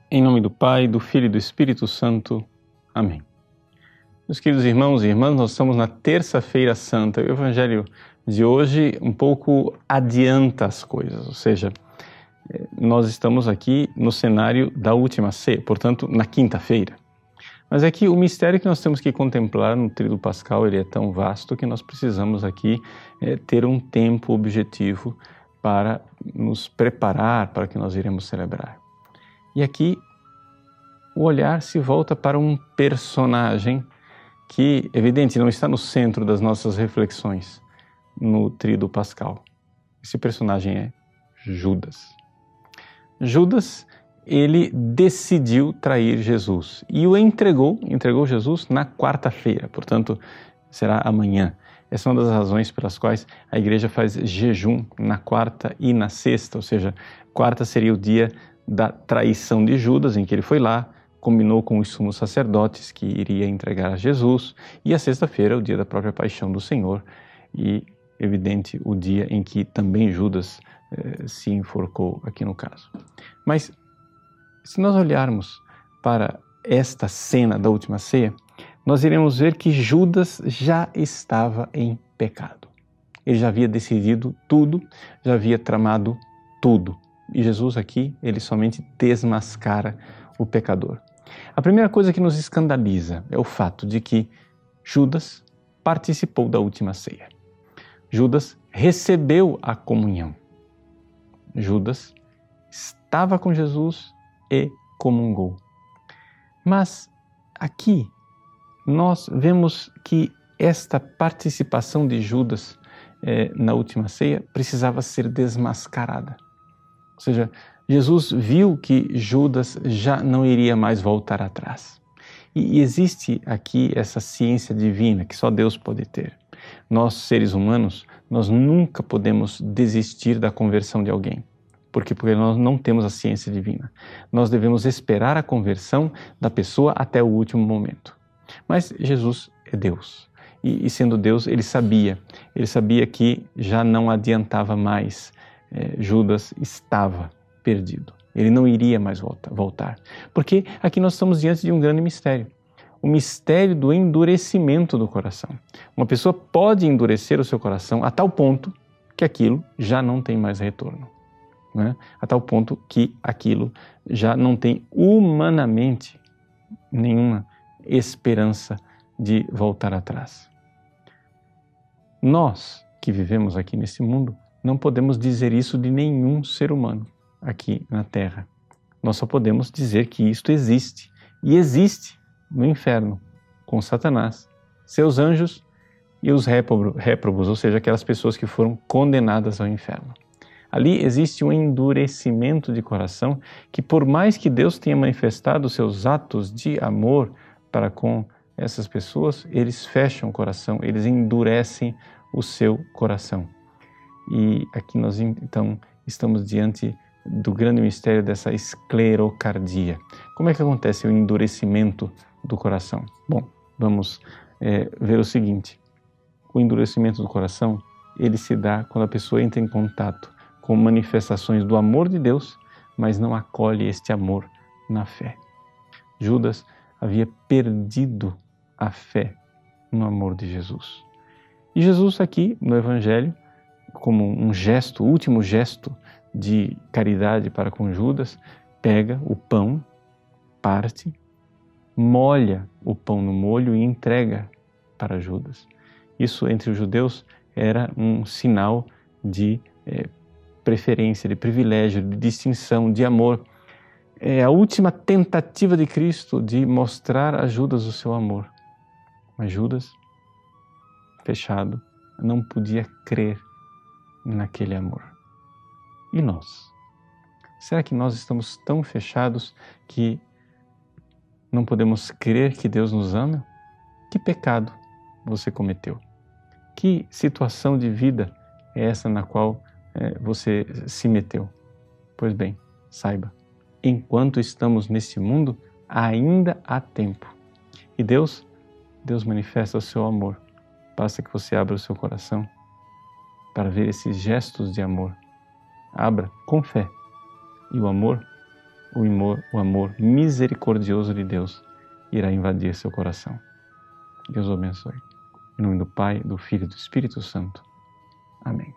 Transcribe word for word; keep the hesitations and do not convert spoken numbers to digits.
Em nome do Pai, do Filho e do Espírito Santo. Amém. Meus queridos irmãos e irmãs, nós estamos na Terça-feira Santa. O Evangelho de hoje um pouco adianta as coisas, ou seja, nós estamos aqui no cenário da última ceia, portanto, na quinta-feira. Mas aqui o mistério que nós temos que contemplar no Tríduo Pascal, ele é tão vasto que nós precisamos aqui é, ter um tempo objetivo para nos preparar para o que nós iremos celebrar. E aqui o olhar se volta para um personagem que, evidente, não está no centro das nossas reflexões no Tríduo Pascal. Esse personagem é Judas. Judas, ele decidiu trair Jesus e o entregou, entregou Jesus na quarta-feira, portanto, será amanhã. Essa é uma das razões pelas quais a igreja faz jejum na quarta e na sexta, ou seja, quarta seria o dia da traição de Judas, em que ele foi lá, combinou com os sumos sacerdotes que iria entregar a Jesus, e a sexta-feira, o dia da própria paixão do Senhor, e, evidente, o dia em que também Judas eh, se enforcou, aqui no caso. Mas, se nós olharmos para esta cena da última ceia, nós iremos ver que Judas já estava em pecado. Ele já havia decidido tudo, já havia tramado tudo. E Jesus aqui, ele somente desmascara o pecador. A primeira coisa que nos escandaliza é o fato de que Judas participou da última ceia. Judas recebeu a comunhão. Judas estava com Jesus e comungou. Mas aqui nós vemos que esta participação de Judas eh, na última ceia precisava ser desmascarada. Ou seja, Jesus viu que Judas já não iria mais voltar atrás. E existe aqui essa ciência divina que só Deus pode ter. Nós, seres humanos, nós nunca podemos desistir da conversão de alguém. Por quê? Porque nós não temos a ciência divina. Nós devemos esperar a conversão da pessoa até o último momento. Mas Jesus é Deus. E, e sendo Deus, ele sabia. Ele sabia que já não adiantava mais. É, Judas estava perdido. Ele não iria mais volta, voltar. Porque aqui nós estamos diante de um grande mistério. O mistério do endurecimento do coração. Uma pessoa pode endurecer o seu coração a tal ponto que aquilo já não tem mais retorno. Né? A tal ponto que aquilo já não tem humanamente nenhuma esperança de voltar atrás. Nós que vivemos aqui nesse mundo não podemos dizer isso de nenhum ser humano aqui na Terra. Nós só podemos dizer que isto existe. E existe no inferno, com Satanás, seus anjos e os réprobos, ou seja, aquelas pessoas que foram condenadas ao inferno. Ali existe um endurecimento de coração que, por mais que Deus tenha manifestado seus atos de amor para com essas pessoas, eles fecham o coração, eles endurecem o seu coração. E aqui nós então estamos diante do grande mistério dessa esclerocardia. Como é que acontece o endurecimento do coração? Bom, vamos é, ver o seguinte. O endurecimento do coração, ele se dá quando a pessoa entra em contato com manifestações do amor de Deus, mas não acolhe este amor na fé. Judas havia perdido a fé no amor de Jesus. E Jesus aqui no Evangelho, como um gesto, o último gesto de caridade para com Judas, pega o pão, parte, molha o pão no molho e entrega para Judas. Isso entre os judeus era um sinal de é, preferência, de privilégio, de distinção, de amor. É a última tentativa de Cristo de mostrar a Judas o seu amor. Mas Judas, fechado, não podia crer naquele amor. E nós? Será que nós estamos tão fechados que não podemos crer que Deus nos ama? Que pecado você cometeu? Que situação de vida é essa na qual é, você se meteu? Pois bem, saiba, enquanto estamos neste mundo, ainda há tempo. E Deus, Deus manifesta o seu amor. Basta que você abra o seu coração para ver esses gestos de amor. Abra com fé. E o amor, o amor, o amor misericordioso de Deus irá invadir seu coração. Deus o abençoe. Em nome do Pai, do Filho e do Espírito Santo. Amém.